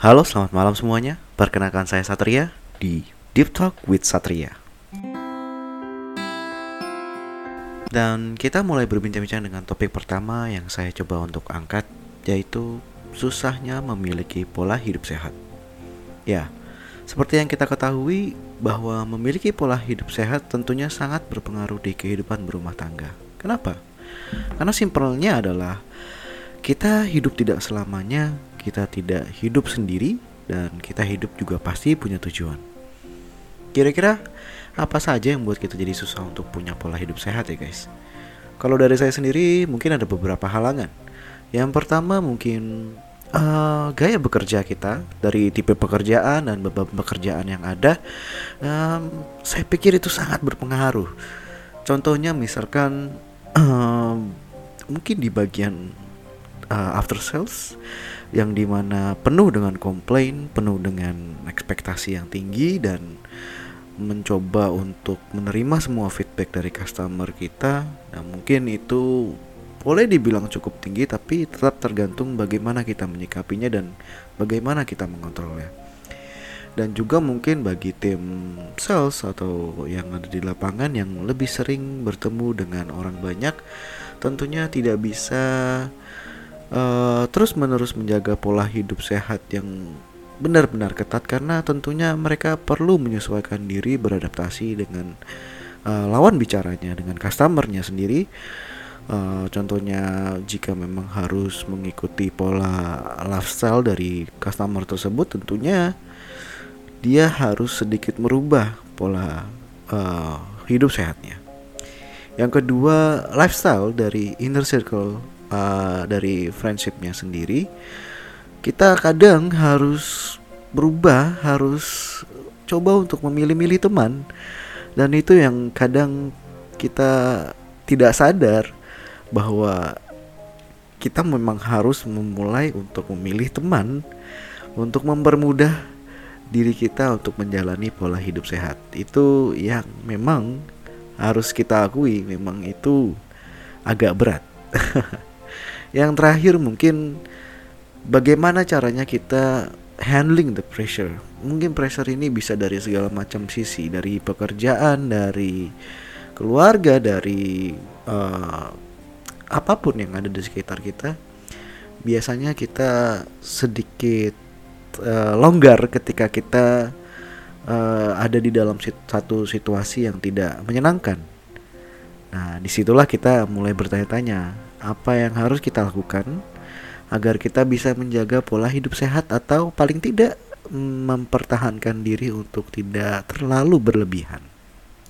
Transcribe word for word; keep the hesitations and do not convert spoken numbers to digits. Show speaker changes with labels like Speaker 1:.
Speaker 1: Halo, selamat malam semuanya. Perkenalkan saya Satria di Deep Talk with Satria. Dan kita mulai berbincang-bincang dengan topik pertama yang saya coba untuk angkat, yaitu susahnya memiliki pola hidup sehat. Ya, seperti yang kita ketahui bahwa memiliki pola hidup sehat tentunya sangat berpengaruh di kehidupan berumah tangga. Kenapa? Karena simpelnya adalah kita hidup tidak selamanya, kita tidak hidup sendiri, dan kita hidup juga pasti punya tujuan. Kira-kira apa saja yang membuat kita jadi susah untuk punya pola hidup sehat ya guys? Kalau dari saya sendiri mungkin ada beberapa halangan. Yang pertama mungkin uh, gaya bekerja kita, dari tipe pekerjaan dan beban pekerjaan yang ada. um, Saya pikir itu sangat berpengaruh. Contohnya misalkan um, mungkin di bagian uh, after sales, yang dimana penuh dengan komplain, penuh dengan ekspektasi yang tinggi, dan mencoba untuk menerima semua feedback dari customer kita. Nah mungkin itu boleh dibilang cukup tinggi, tapi tetap tergantung bagaimana kita menyikapinya dan bagaimana kita mengontrolnya. Dan juga mungkin bagi tim sales atau yang ada di lapangan yang lebih sering bertemu dengan orang banyak, tentunya tidak bisa uh, terus-menerus menjaga pola hidup sehat yang benar-benar ketat, karena tentunya mereka perlu menyesuaikan diri, beradaptasi dengan uh, lawan bicaranya, dengan customernya sendiri. Uh, contohnya jika memang harus mengikuti pola lifestyle dari customer tersebut, tentunya dia harus sedikit merubah pola uh, hidup sehatnya. Yang kedua, lifestyle dari inner circle, uh, dari friendshipnya sendiri. Kita kadang harus berubah, harus coba untuk memilih-milih teman. Dan itu yang kadang kita tidak sadar bahwa kita memang harus memulai untuk memilih teman untuk mempermudah diri kita untuk menjalani pola hidup sehat. Itu yang memang harus kita akui, memang itu agak berat. Yang terakhir mungkin bagaimana caranya kita handling the pressure. Mungkin pressure ini bisa dari segala macam sisi, dari pekerjaan, dari keluarga, dari uh, apapun yang ada di sekitar kita. Biasanya kita sedikit uh, longgar ketika kita uh, ada di dalam sit- satu situasi yang tidak menyenangkan. Nah, disitulah kita mulai bertanya-tanya, apa yang harus kita lakukan agar kita bisa menjaga pola hidup sehat, atau paling tidak mempertahankan diri untuk tidak terlalu berlebihan.